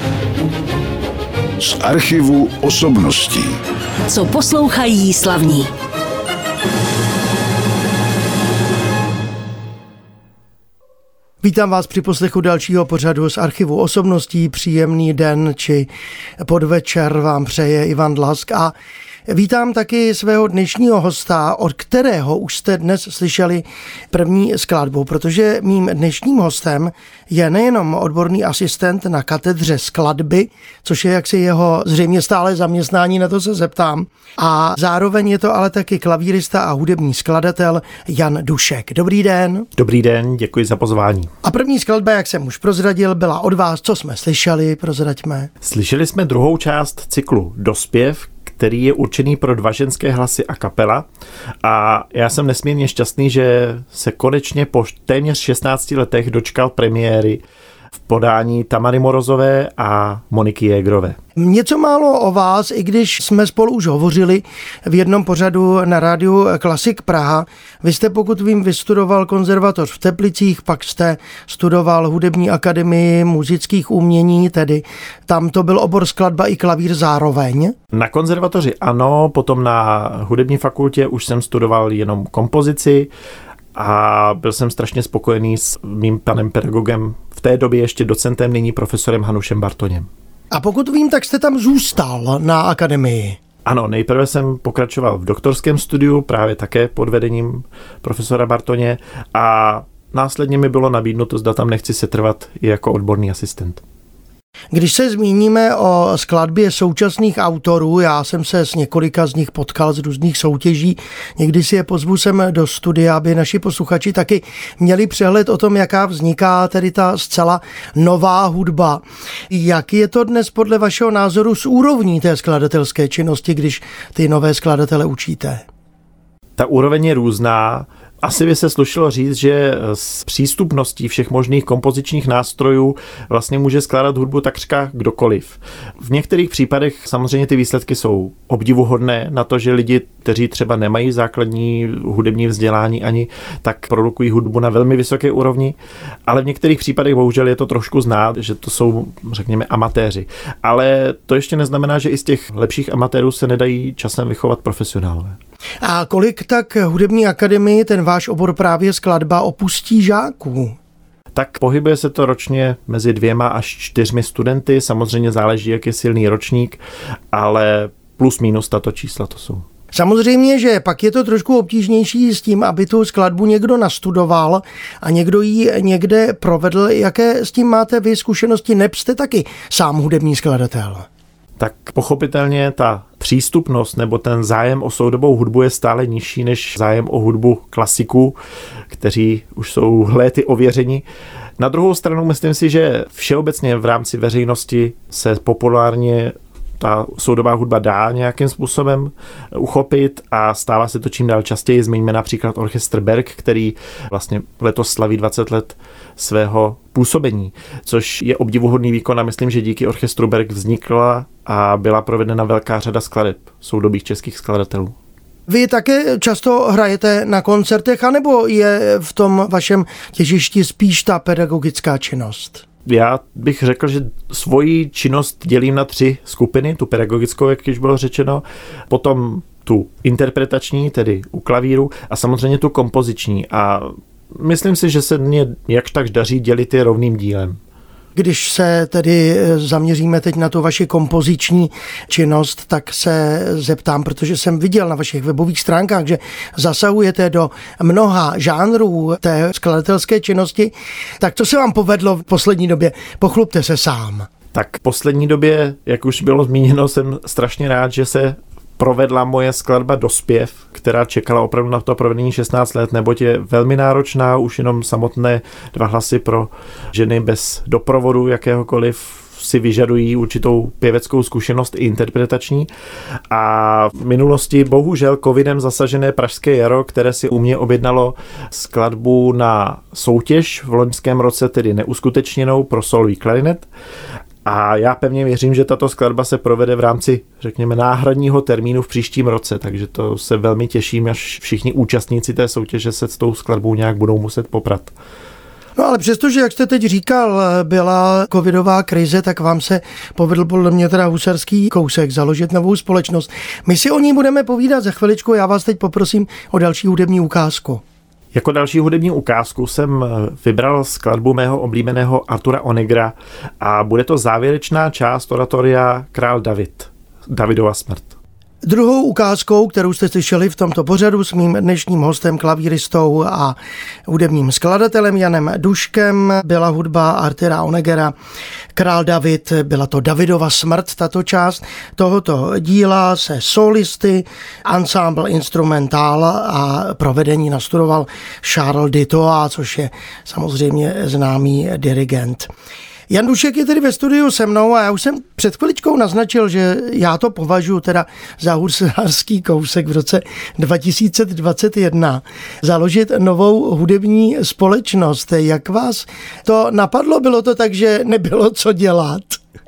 Z archivu osobností. Co poslouchají slavní. Vítám vás při poslechu dalšího pořadu z archivu osobností. Příjemný den či podvečer vám přeje Ivan Dlask a vítám taky svého dnešního hosta, od kterého už jste dnes slyšeli první skladbu, protože mým dnešním hostem je nejenom odborný asistent na katedře skladby, což je jaksi jeho zřejmě stále zaměstnání, na to se zeptám, a zároveň je to ale taky klavírista a hudební skladatel Jan Dušek. Dobrý den. Dobrý den, děkuji za pozvání. A první skladba, jak jsem už prozradil, byla od vás. Co jsme slyšeli, prozraďme. Slyšeli jsme druhou část cyklu Dospěv, který je určený pro dva ženské hlasy a kapela. A já jsem nesmírně šťastný, že se konečně po téměř 16 letech dočkal premiéry v podání Tamary Morozové a Moniky Jägerové. Něco málo o vás, i když jsme spolu už hovořili v jednom pořadu na rádiu Klasik Praha. Vy jste, pokud vím, vystudoval konzervatoř v Teplicích, pak jste studoval hudební akademii muzických umění, tedy tam to byl obor skladba i klavír zároveň. Na konzervatoři ano, potom na hudební fakultě už jsem studoval jenom kompozici a byl jsem strašně spokojený s mým panem pedagogem, v té době ještě docentem, nyní profesorem Hanušem Bartoněm. A pokud vím, tak jste tam zůstal na akademii. Ano, nejprve jsem pokračoval v doktorském studiu, právě také pod vedením profesora Bartoně, a následně mi bylo nabídnuto, zda tam nechci setrvat i jako odborný asistent. Když se zmíníme o skladbě současných autorů, já jsem se s několika z nich potkal z různých soutěží, někdy si je pozvu sem do studia, aby naši posluchači taky měli přehled o tom, jaká vzniká tedy ta zcela nová hudba. Jak je to dnes podle vašeho názoru s úrovní té skladatelské činnosti, když ty nové skladatele učíte? Ta úroveň je různá. Asi by se slušelo říct, že s přístupností všech možných kompozičních nástrojů vlastně může skládat hudbu takřka kdokoliv. V některých případech samozřejmě ty výsledky jsou obdivuhodné na to, že lidi, kteří třeba nemají základní hudební vzdělání ani, tak produkují hudbu na velmi vysoké úrovni, ale v některých případech bohužel je to trošku znát, že to jsou, řekněme, amatéři. Ale to ještě neznamená, že i z těch lepších amatérů se nedají časem vychovat profesionálové. A kolik tak hudební akademii, ten váš obor právě skladba, opustí žáků? Tak pohybuje se to ročně mezi 2 až 4 studenty, samozřejmě záleží, jak je silný ročník, ale plus minus tato čísla to jsou. Samozřejmě, že pak je to trošku obtížnější s tím, aby tu skladbu někdo nastudoval a někdo ji někde provedl. Jaké s tím máte vy zkušenosti? Neb jste taky sám hudební skladatel? Tak pochopitelně ta přístupnost nebo ten zájem o soudobou hudbu je stále nižší než zájem o hudbu klasiků, kteří už jsou léty ověřeni. Na druhou stranu myslím si, že všeobecně v rámci veřejnosti se populárně ta soudobá hudba dá nějakým způsobem uchopit a stává se to čím dál častěji. Zmiňme například orchestr Berg, který vlastně letos slaví 20 let svého působení, což je obdivuhodný výkon a myslím, že díky orchestru Berg vznikla a byla provedena velká řada skladeb soudobých českých skladatelů. Vy také často hrajete na koncertech, anebo je v tom vašem těžišti spíš ta pedagogická činnost? Já bych řekl, že svoji činnost dělím na 3 skupiny, tu pedagogickou, jak již bylo řečeno, potom tu interpretační, tedy u klavíru, a samozřejmě tu kompoziční. A myslím si, že se mně jakž tak daří dělit je rovným dílem. Když se tedy zaměříme teď na tu vaši kompoziční činnost, tak se zeptám, protože jsem viděl na vašich webových stránkách, že zasahujete do mnoha žánrů té skladatelské činnosti. Tak co se vám povedlo v poslední době? Pochlubte se sám. Tak v poslední době, jak už bylo zmíněno, jsem strašně rád, že se provedla moje skladba Dospěv, která čekala opravdu na to provedení 16 let, neboť je velmi náročná, už jenom samotné 2 hlasy pro ženy bez doprovodu jakéhokoliv si vyžadují určitou pěveckou zkušenost i interpretační. A v minulosti bohužel covidem zasažené Pražské jaro, které si u mě objednalo skladbu na soutěž v loňském roce, tedy neuskutečněnou pro solový klarinet. A já pevně věřím, že tato skladba se provede v rámci, řekněme, náhradního termínu v příštím roce, takže to se velmi těším, až všichni účastníci té soutěže se s tou skladbou nějak budou muset poprat. No ale přestože, jak jste teď říkal, byla covidová krize, tak vám se povedl podle mě teda husarský kousek založit novou společnost. My si o ní budeme povídat za chviličku, já vás teď poprosím o další hudební ukázku. Jako další hudební ukázku jsem vybral skladbu mého oblíbeného Artura Honegera a bude to závěrečná část oratoria Král David, Davidova smrt. Druhou ukázkou, kterou jste slyšeli v tomto pořadu s mým dnešním hostem, klavíristou a hudebním skladatelem Janem Duškem, byla hudba Artura Honegera Král David, byla to Davidova smrt, tato část tohoto díla se solisty, ensemble instrumentál a provedení nastudoval Charles Ditoa, což je samozřejmě známý dirigent. Jan Dušek je tedy ve studiu se mnou a já už jsem před chviličkou naznačil, že já to považuji teda za husářský kousek v roce 2021 založit novou hudební společnost. Jak vás to napadlo? Bylo to tak, že nebylo co dělat?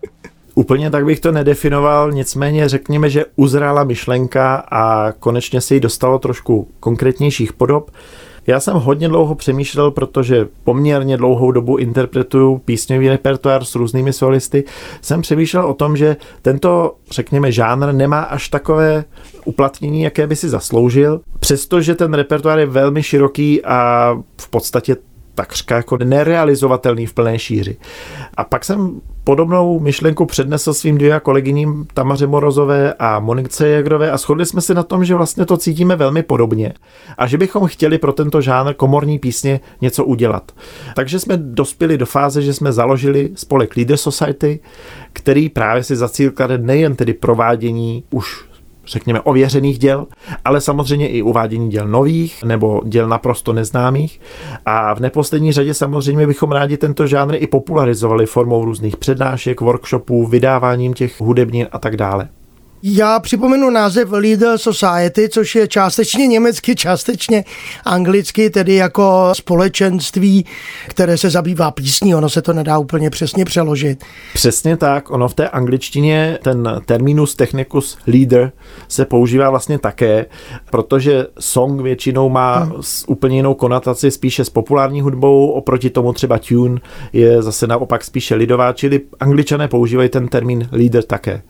Úplně tak bych to nedefinoval, nicméně řekněme, že uzrála myšlenka a konečně se jí dostalo trošku konkrétnějších podob. Já jsem hodně dlouho přemýšlel, protože poměrně dlouhou dobu interpretuju písňový repertoár s různými solisty. Jsem přemýšlel o tom, že tento, řekněme, žánr nemá až takové uplatnění, jaké by si zasloužil, přestože ten repertoár je velmi široký a v podstatě takřka jako nerealizovatelný v plné šíři. A pak jsem podobnou myšlenku přednesl svým dvěma kolegyním Tamaře Morozové a Monice Jägerové a shodli jsme se na tom, že vlastně to cítíme velmi podobně a že bychom chtěli pro tento žánr komorní písně něco udělat. Takže jsme dospěli do fáze, že jsme založili spolek Leader Society, který právě si za cíl klade nejen tedy provádění už řekněme ověřených děl, ale samozřejmě i uvádění děl nových nebo děl naprosto neznámých. A v neposlední řadě samozřejmě bychom rádi tento žánr i popularizovali formou různých přednášek, workshopů, vydáváním těch hudebnin a tak dále. Já připomenu název Leader Society, což je částečně německy, částečně anglicky, tedy jako společenství, které se zabývá písní. Ono se to nedá úplně přesně přeložit. Přesně tak, ono v té angličtině ten terminus technicus leader se používá vlastně také, protože song většinou má úplně jinou konotaci spíše s populární hudbou, oproti tomu třeba tune je zase naopak spíše lidová, čili Angličané používají ten termín leader také.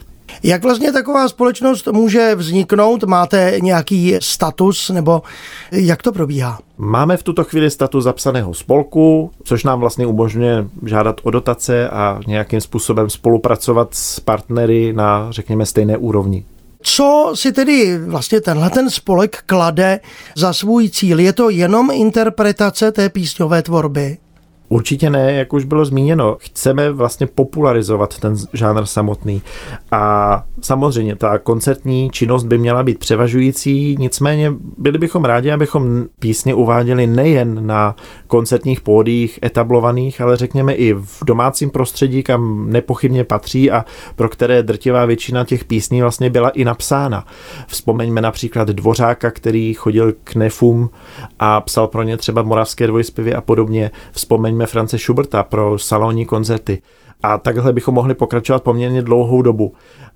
Jak vlastně taková společnost může vzniknout? Máte nějaký status nebo jak to probíhá? Máme v tuto chvíli status zapsaného spolku, což nám vlastně umožňuje žádat o dotace a nějakým způsobem spolupracovat s partnery na, řekněme, stejné úrovni. Co si tedy vlastně ten spolek klade za svůj cíl? Je to jenom interpretace té písňové tvorby? Určitě ne, jak už bylo zmíněno. Chceme vlastně popularizovat ten žánr samotný. A samozřejmě ta koncertní činnost by měla být převažující, nicméně byli bychom rádi, abychom písně uváděli nejen na koncertních pódiích etablovaných, ale řekněme i v domácím prostředí, kam nepochybně patří a pro které drtivá většina těch písní vlastně byla i napsána. Vzpomeňme například Dvořáka, který chodil k nefům a psal pro ně třeba moravské dvojspěvy a podobně. Vzpomeňme France Schuberta pro salonní koncerty. A takhle bychom mohli pokračovat poměrně dlouhou dobu.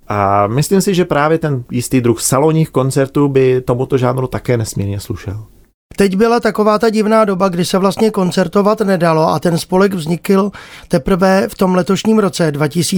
A myslím si, že právě ten jistý druh salonních koncertů by tomuto žánru také nesmírně slušel. Teď byla taková ta divná doba, kdy se vlastně koncertovat nedalo a ten spolek vznikl teprve v tom letošním roce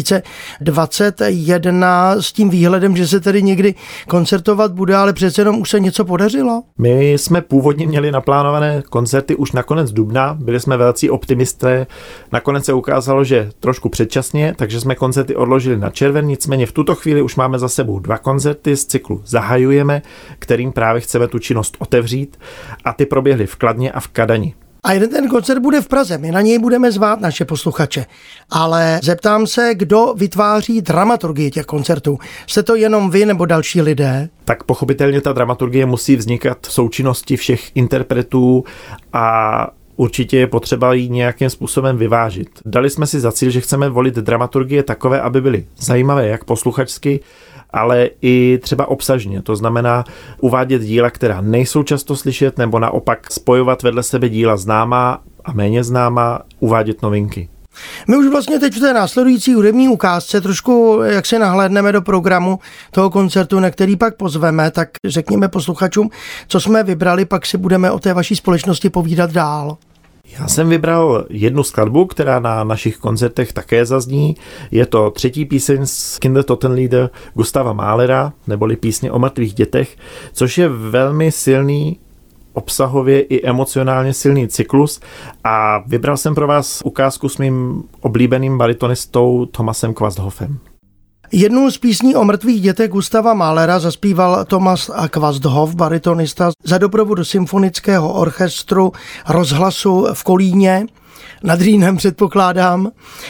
2021 s tím výhledem, že se tedy někdy koncertovat bude, ale přece jenom už se něco podařilo. My jsme původně měli naplánované koncerty už na konec dubna, byli jsme velcí optimisté, nakonec se ukázalo, že trošku předčasně, takže jsme koncerty odložili na červen, nicméně v tuto chvíli už máme za sebou 2 koncerty z cyklu Zahajujeme, kterým právě chceme tu činnost otevřít. A ty proběhly v Kladně a v Kadani. A jeden ten koncert bude v Praze, my na něj budeme zvát naše posluchače. Ale zeptám se, kdo vytváří dramaturgii těch koncertů. Jste to jenom vy nebo další lidé? Tak pochopitelně ta dramaturgie musí vznikat v součinnosti všech interpretů a určitě je potřeba ji nějakým způsobem vyvážit. Dali jsme si za cíl, že chceme volit dramaturgie takové, aby byly zajímavé jak posluchačsky, ale i třeba obsažně. To znamená uvádět díla, která nejsou často slyšet, nebo naopak spojovat vedle sebe díla známá a méně známá, uvádět novinky. My už vlastně teď v té následující hudební ukázce trošku, jak se nahlédneme do programu toho koncertu, na který pak pozveme, tak řekněme posluchačům, co jsme vybrali, pak si budeme o té vaší společnosti povídat dál. Já jsem vybral jednu skladbu, která na našich koncertech také zazní. Je to 3. píseň z Kindertotenlieder Gustava Mahlera, neboli písně o mrtvých dětech, což je velmi silný, obsahově i emocionálně silný cyklus a vybral jsem pro vás ukázku s mým oblíbeným baritonistou Thomasem Quasthoffem. Jednu z písní o mrtvých dětech Gustava Mahlera zaspíval Thomas Quasthoff, baritonista, za doprovodu symfonického orchestru Rozhlasu v Kolíně, nad Rýnem předpokládám,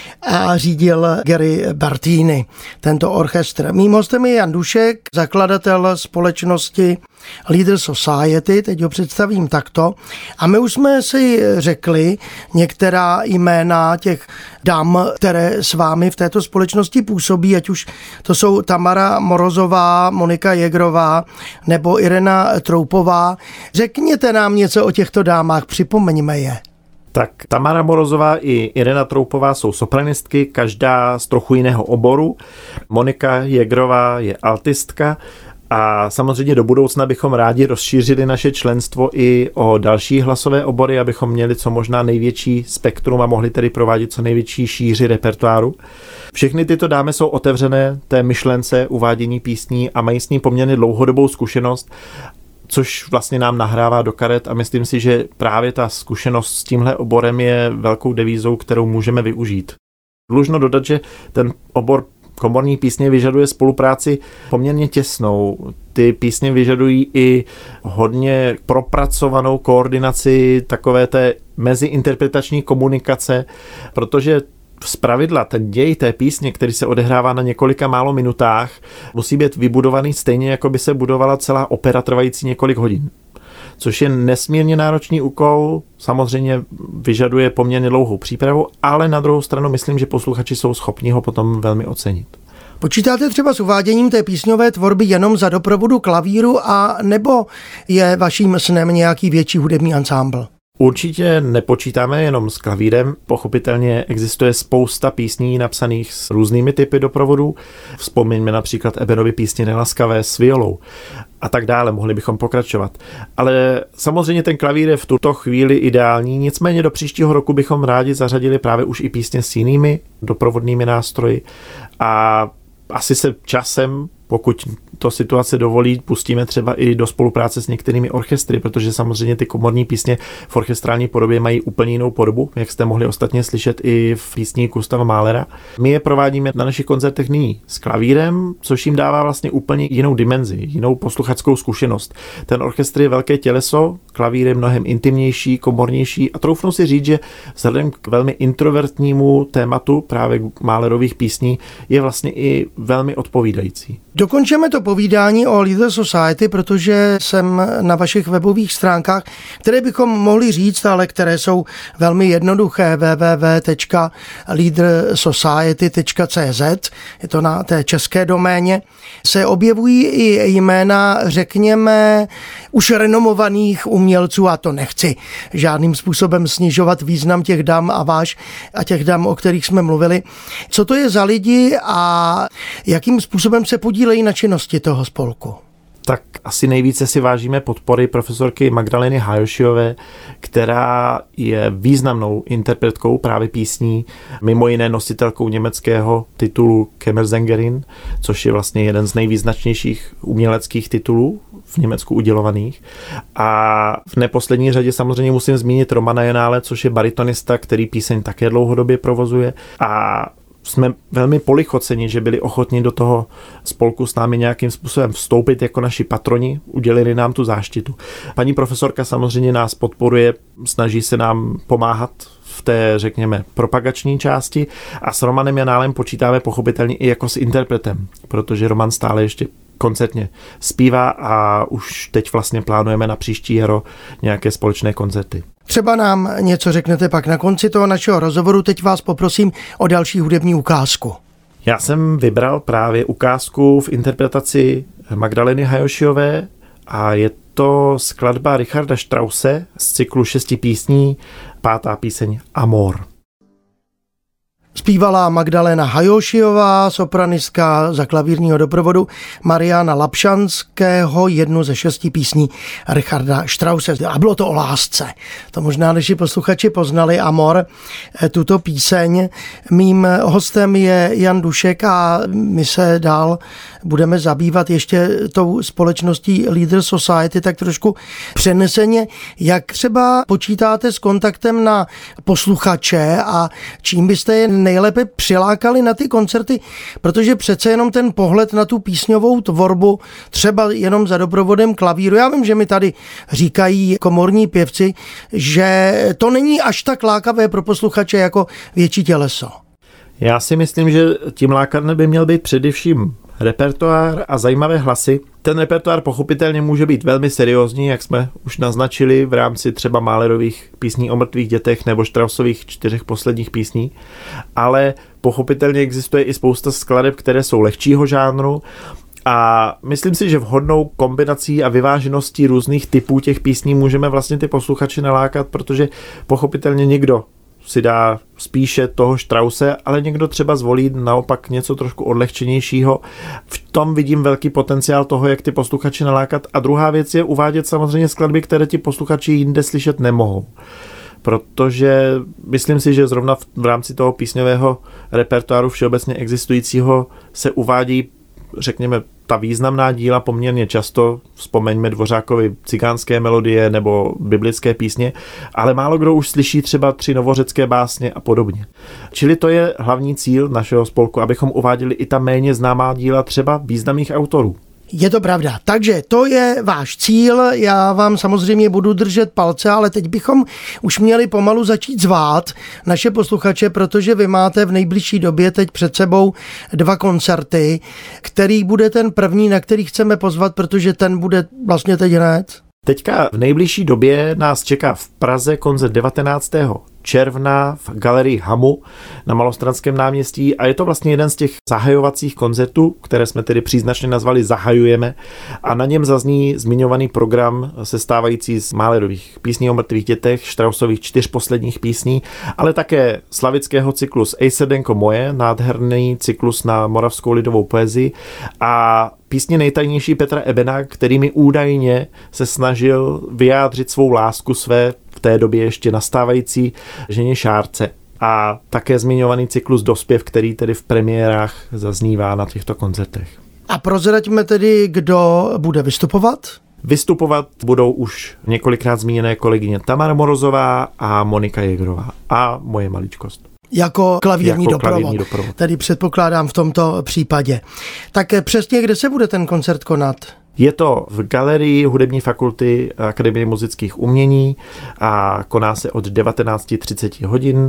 a řídil Gary Bertini, tento orchestr. Mým hostem je Jan Dušek, zakladatel společnosti Leader Society, teď ho představím takto. A my už jsme si řekli některá jména těch dam, které s vámi v této společnosti působí, ať už to jsou Tamara Morozová, Monika Jägrová nebo Irena Troupová. Řekněte nám něco o těchto dámách, připomeňme je. Tak Tamara Morozová i Irena Troupová jsou sopranistky, každá z trochu jiného oboru. Monika Jägrová je altistka a samozřejmě do budoucna bychom rádi rozšířili naše členstvo i o další hlasové obory, abychom měli co možná největší spektrum a mohli tedy provádět co největší šíři repertoáru. Všechny tyto dámy jsou otevřené té myšlence uvádění písní a mají s ní poměrně dlouhodobou zkušenost, což vlastně nám nahrává do karet a myslím si, že právě ta zkušenost s tímhle oborem je velkou devízou, kterou můžeme využít. Dlužno dodat, že ten obor komorní písně vyžaduje spolupráci poměrně těsnou. Ty písně vyžadují i hodně propracovanou koordinaci takové té meziinterpretační komunikace, protože zpravidla ten děj té písně, který se odehrává na několika málo minutách, musí být vybudovaný stejně, jako by se budovala celá opera trvající několik hodin. Což je nesmírně náročný úkol, samozřejmě vyžaduje poměrně dlouhou přípravu, ale na druhou stranu myslím, že posluchači jsou schopni ho potom velmi ocenit. Počítáte třeba s uváděním té písňové tvorby jenom za doprovodu klavíru a nebo je vaším snem nějaký větší hudební ansámbl? Určitě nepočítáme jenom s klavírem, pochopitelně existuje spousta písní napsaných s různými typy doprovodů. Vzpomeňme například Ebenovy písně Nelaskavé s violou a tak dále, mohli bychom pokračovat. Ale samozřejmě ten klavír je v tuto chvíli ideální, nicméně do příštího roku bychom rádi zařadili právě už i písně s jinými doprovodnými nástroji a asi se časem, pokud to situace dovolí, pustíme třeba i do spolupráce s některými orchestry, protože samozřejmě ty komorní písně v orchestrální podobě mají úplně jinou podobu, jak jste mohli ostatně slyšet i v písni Gustava Mahlera. My je provádíme na našich koncertech nyní s klavírem, což jim dává vlastně úplně jinou dimenzi, jinou posluchačskou zkušenost. Ten orchestr je velké těleso, klavír je mnohem intimnější, komornější a troufnu si říct, že vzhledem k velmi introvertnímu tématu právě Mahlerových písní je vlastně i velmi odpovídající. Dokončeme to povídání o Leader Society, protože jsem na vašich webových stránkách, které bychom mohli říct, ale které jsou velmi jednoduché, www.leadersociety.cz, je to na té české doméně, se objevují i jména, řekněme, už renomovaných umělců, a to nechci žádným způsobem snižovat význam těch dam a váš a těch dam, o kterých jsme mluvili. Co to je za lidi a jakým způsobem se podílejí na činnosti toho spolku? Tak asi nejvíce si vážíme podpory profesorky Magdaleny Hajošiové, která je významnou interpretkou právě písní, mimo jiné nositelkou německého titulu Kammersängerin, což je vlastně jeden z nejvýznačnějších uměleckých titulů v Německu udělovaných. A v neposlední řadě samozřejmě musím zmínit Romana Jenále, což je baritonista, který píseň také dlouhodobě provozuje a jsme velmi polichoceni, že byli ochotni do toho spolku s námi nějakým způsobem vstoupit jako naši patroni, udělili nám tu záštitu. Paní profesorka samozřejmě nás podporuje, snaží se nám pomáhat v té, řekněme, propagační části a s Romanem Janálem počítáme pochopitelně i jako s interpretem, protože Roman stále ještě koncertně zpívá a už teď vlastně plánujeme na příští jaro nějaké společné koncerty. Třeba nám něco řeknete pak na konci toho našeho rozhovoru. Teď vás poprosím o další hudební ukázku. Já jsem vybral právě ukázku v interpretaci Magdaleny Hajošiové a je to skladba Richarda Strause z cyklu 6 písní, 5. píseň Amor. Zpívala Magdalena Hajošiová, sopranistka za klavírního doprovodu Mariana Lapšanského, jednu ze 6 písní Richarda Strause. A bylo to o lásce. To možná naši posluchači poznali, Amor, tuto píseň. Mým hostem je Jan Dušek a my se dál budeme zabývat ještě tou společností Leader Society, tak trošku přeneseně. Jak třeba počítáte s kontaktem na posluchače a čím byste je nejlépe přilákali na ty koncerty, protože přece jenom ten pohled na tu písňovou tvorbu, třeba jenom za doprovodem klavíru. Já vím, že mi tady říkají komorní pěvci, že to není až tak lákavé pro posluchače jako větší těleso. Já si myslím, že tím lákadne by měl být především repertoár a zajímavé hlasy. Ten repertoár pochopitelně může být velmi seriózní, jak jsme už naznačili v rámci třeba Mahlerových písní o mrtvých dětech nebo Straussových 4 posledních písní, ale pochopitelně existuje i spousta skladeb, které jsou lehčího žánru a myslím si, že vhodnou kombinací a vyvážeností různých typů těch písní můžeme vlastně ty posluchače nalákat, protože pochopitelně někdo si dá spíše toho Strausse, ale někdo třeba zvolí naopak něco trošku odlehčenějšího. V tom vidím velký potenciál toho, jak ty posluchači nalákat. A druhá věc je uvádět samozřejmě skladby, které ti posluchači jinde slyšet nemohou. Protože myslím si, že zrovna v rámci toho písňového repertoáru všeobecně existujícího se uvádí, řekněme, ta významná díla poměrně často, vzpomeňme Dvořákovi cigánské melodie nebo biblické písně, ale málo kdo už slyší třeba 3 novořecké básně a podobně. Čili to je hlavní cíl našeho spolku, abychom uváděli i ta méně známá díla třeba významných autorů. Je to pravda. Takže to je váš cíl. Já vám samozřejmě budu držet palce, ale teď bychom už měli pomalu začít zvát naše posluchače, protože vy máte v nejbližší době teď před sebou 2 koncerty, který bude ten první, na který chceme pozvat, protože ten bude vlastně teď hned. Teďka v nejbližší době nás čeká v Praze koncert 19. června v galerii Hamu na Malostranském náměstí a je to vlastně jeden z těch zahajovacích koncertů, které jsme tedy příznačně nazvali Zahajujeme a na něm zazní zmiňovaný program sestávající z Mahlerových písní o mrtvých dětech, Straussových 4 posledních písní, ale také slavického cyklus Ej srdenko moje, nádherný cyklus na moravskou lidovou poezii a písně nejtajnější Petra Ebena, kterými údajně se snažil vyjádřit svou lásku své v té době ještě nastávající ženě Šárce. A také zmiňovaný cyklus Dospěv, který tedy v premiérách zaznívá na těchto koncertech. A prozraďme tedy, kdo bude vystupovat? Vystupovat budou už několikrát zmíněné kolegyně Tamara Morozová a Monika Jägerová a moje maličkost. Jako klavírní doprovod. Tedy předpokládám v tomto případě. Tak přesně, kde se bude ten koncert konat? Je to v galerii Hudební fakulty Akademie muzických umění a koná se od 19:30 hodin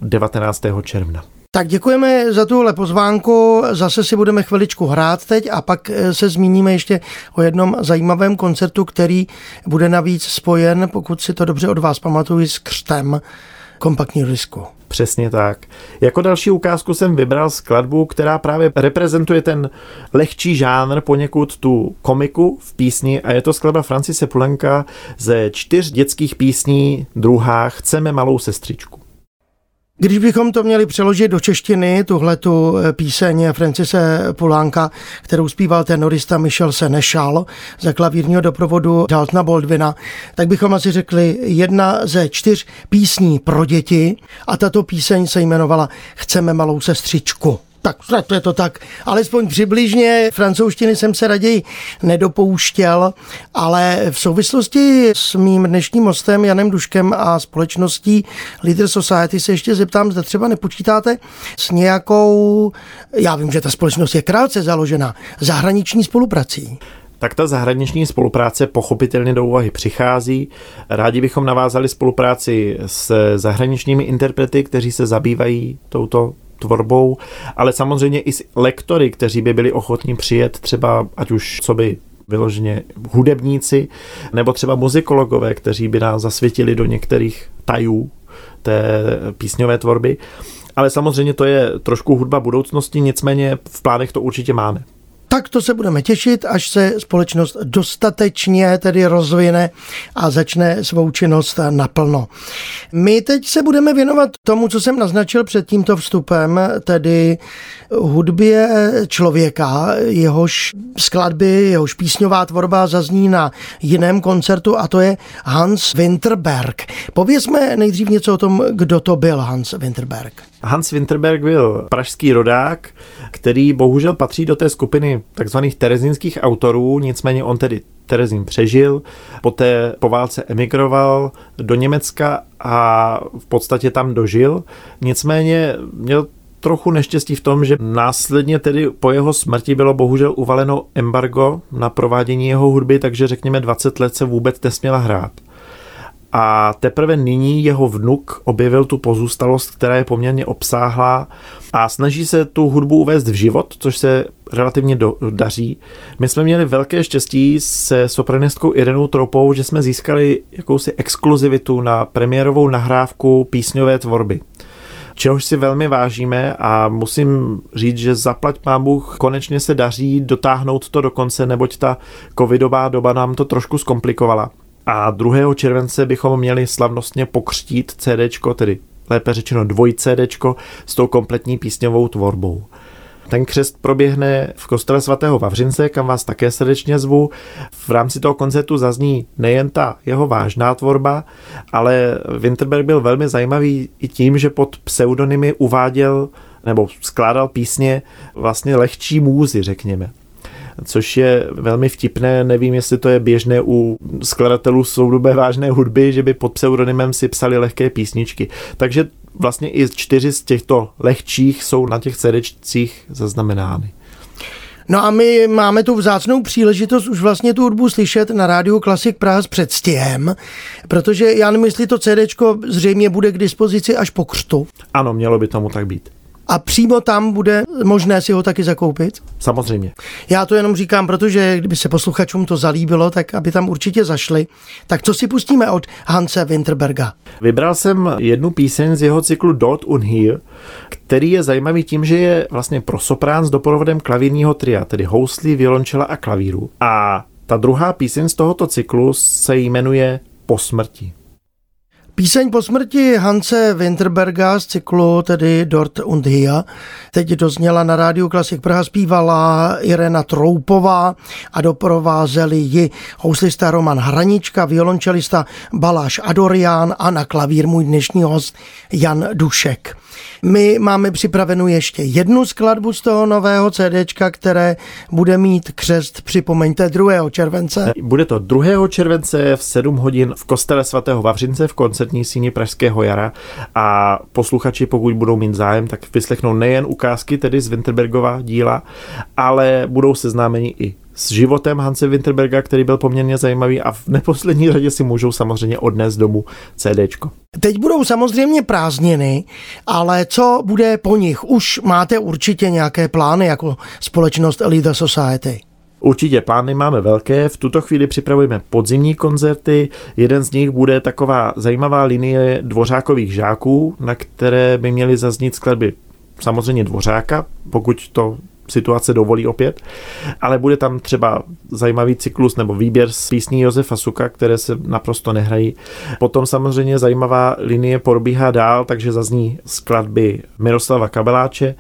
19. června. Tak děkujeme za tuhle pozvánku, zase si budeme chviličku hrát teď a pak se zmíníme ještě o jednom zajímavém koncertu, který bude navíc spojen, pokud si to dobře od vás pamatuju, s křtem kompaktního disku. Přesně tak. Jako další ukázku jsem vybral skladbu, která právě reprezentuje ten lehčí žánr, poněkud tu komiku v písni a je to skladba Francise Poulenca ze 4 dětských písní druhá Chceme malou sestřičku. Když bychom to měli přeložit do češtiny, tuhletu píseň Francise Poulenca, kterou zpíval tenorista Michel Sénéchal za klavírního doprovodu Daltona Baldwina, tak bychom asi řekli 1 ze 4 písní pro děti a tato píseň se jmenovala Chceme malou sestřičku. Tak to je to tak, alespoň přibližně, francouzštiny jsem se raději nedopouštěl, ale v souvislosti s mým dnešním hostem Janem Duškem a společností Leader Society se ještě zeptám, zda třeba nepočítáte s nějakou, já vím, že ta společnost je krátce založena, zahraniční spoluprací. Tak ta zahraniční spolupráce pochopitelně do úvahy přichází. Rádi bychom navázali spolupráci s zahraničními interprety, kteří se zabývají touto tvorbou, ale samozřejmě i s lektory, kteří by byli ochotní přijet třeba, ať už coby vyloženě hudebníci, nebo třeba muzikologové, kteří by nás zasvětili do některých tajů té písňové tvorby. Ale samozřejmě to je trošku hudba budoucnosti, nicméně v plánech to určitě máme. Tak to se budeme těšit, až se společnost dostatečně tedy rozvine a začne svou činnost naplno. My teď se budeme věnovat tomu, co jsem naznačil před tímto vstupem, tedy hudbě člověka, jehož skladby, jehož písňová tvorba zazní na jiném koncertu, a to je Hans Winterberg. Povězme nejdřív něco o tom, kdo to byl Hans Winterberg. Hans Winterberg byl pražský rodák, který bohužel patří do té skupiny takzvaných terezínských autorů, nicméně on tedy Terezín přežil, poté po válce emigroval do Německa a v podstatě tam dožil, nicméně měl trochu neštěstí v tom, že následně tedy po jeho smrti bylo bohužel uvaleno embargo na provádění jeho hudby, takže řekněme 20 let se vůbec nesměla hrát. A teprve nyní jeho vnuk objevil tu pozůstalost, která je poměrně obsáhlá a snaží se tu hudbu uvést v život, což se relativně daří. My jsme měli velké štěstí se sopranistkou Irenou Troupou, že jsme získali jakousi exkluzivitu na premiérovou nahrávku písňové tvorby, čehož si velmi vážíme a musím říct, že zaplať pán Bůh, konečně se daří dotáhnout to do konce, neboť ta covidová doba nám to trošku zkomplikovala. A 2. července bychom měli slavnostně pokřtít CDčko, tedy lépe řečeno 2 CDčko s tou kompletní písňovou tvorbou. Ten křest proběhne v kostele svatého Vavřince, kam vás také srdečně zvu. V rámci toho koncertu zazní nejen ta jeho vážná tvorba, ale Winterberg byl velmi zajímavý i tím, že pod pseudonymy uváděl nebo skládal písně vlastně lehčí můzy, řekněme. Což je velmi vtipné, nevím, jestli to je běžné u skladatelů soudobé vážné hudby, že by pod pseudonymem si psali lehké písničky. Takže vlastně i 4 z těchto lehčích jsou na těch CDčcích zaznamenány. No a my máme tu vzácnou příležitost už vlastně tu hudbu slyšet na rádiu Klasik Praha s předstihem, protože já nevím, jestli to CDčko zřejmě bude k dispozici až po křtu. Ano, mělo by tomu tak být. A přímo tam bude možné si ho taky zakoupit? Samozřejmě. Já to jenom říkám, protože kdyby se posluchačům to zalíbilo, tak aby tam určitě zašli. Tak co si pustíme od Hanse Winterberga? Vybral jsem jednu píseň z jeho cyklu Dort und Hier, který je zajímavý tím, že je vlastně pro soprán s doprovodem klavírního tria, tedy houslí, violončela a klavíru. A ta druhá píseň z tohoto cyklu se jmenuje Po smrti. Píseň Po smrti Hanse Winterberga z cyklu tedy Dort und Hier teď dozněla na rádiu Klasik Praha, zpívala Irena Troupová a doprovázeli ji houslista Roman Hranička, violončelista Baláš Adorián a na klavír můj dnešní host Jan Dušek. My máme připravenou ještě jednu skladbu z toho nového CDčka, které bude mít křest, připomeňte, 2. července. Bude to 2. července v 7 hodin v kostele svatého Vavřince v koncertní síni Pražského jara a posluchači, pokud budou mít zájem, tak vyslechnou nejen ukázky tedy z Winterbergova díla, ale budou seznámeni i s životem Hanse Winterberga, který byl poměrně zajímavý a v neposlední řadě si můžou samozřejmě odnést domů CDčko. Teď budou samozřejmě prázdniny, ale co bude po nich? Už máte určitě nějaké plány jako společnost Leader Society? Určitě plány máme velké, v tuto chvíli připravujeme podzimní koncerty, jeden z nich bude taková zajímavá linie Dvořákových žáků, na které by měly zaznít skladby samozřejmě Dvořáka, pokud to situace dovolí opět, ale bude tam třeba zajímavý cyklus nebo výběr z písní Josefa Suka, které se naprosto nehrají. Potom samozřejmě zajímavá linie probíhá dál, takže zazní skladby Miroslava Kabeláče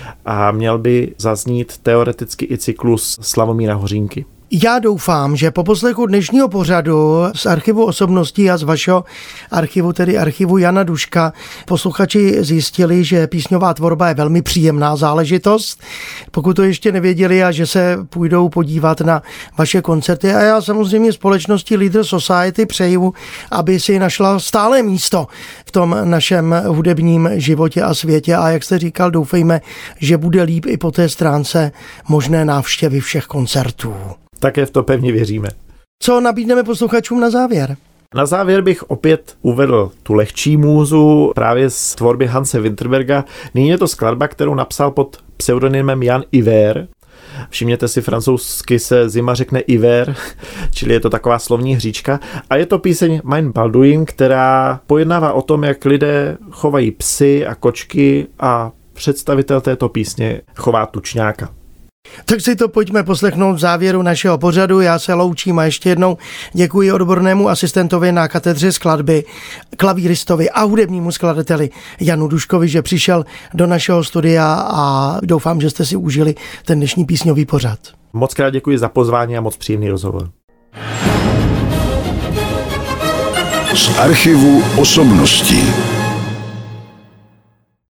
a měl by zaznít teoreticky i cyklus Slavomíra Hořínky. Já doufám, že po poslechu dnešního pořadu z archivu osobností a z vašeho archivu, tedy archivu Jana Duška, posluchači zjistili, že písňová tvorba je velmi příjemná záležitost. Pokud to ještě nevěděli a že se půjdou podívat na vaše koncerty. A já samozřejmě společnosti Leader Society přeju, aby si našla stále místo v tom našem hudebním životě a světě. A jak jste říkal, doufejme, že bude líp i po té stránce možné návštěvy všech koncertů. Také v to pevně věříme. Co nabídneme posluchačům na závěr? Na závěr bych opět uvedl tu lehčí můzu právě z tvorby Hanse Winterberga. Nyní je to skladba, kterou napsal pod pseudonymem Jan Iver. Všimněte si, francouzsky se zima řekne Iver, čili je to taková slovní hříčka. A je to píseň Mein Balduin, která pojednává o tom, jak lidé chovají psy a kočky a představitel této písně chová tučňáka. Tak si to pojďme poslechnout v závěru našeho pořadu. Já se loučím a ještě jednou děkuji odbornému asistentovi na katedře skladby, klavíristovi a hudebnímu skladateli Janu Duškovi, že přišel do našeho studia a doufám, že jste si užili ten dnešní písňový pořad. Moc krát děkuji za pozvání a moc příjemný rozhovor. Z archivu osobností.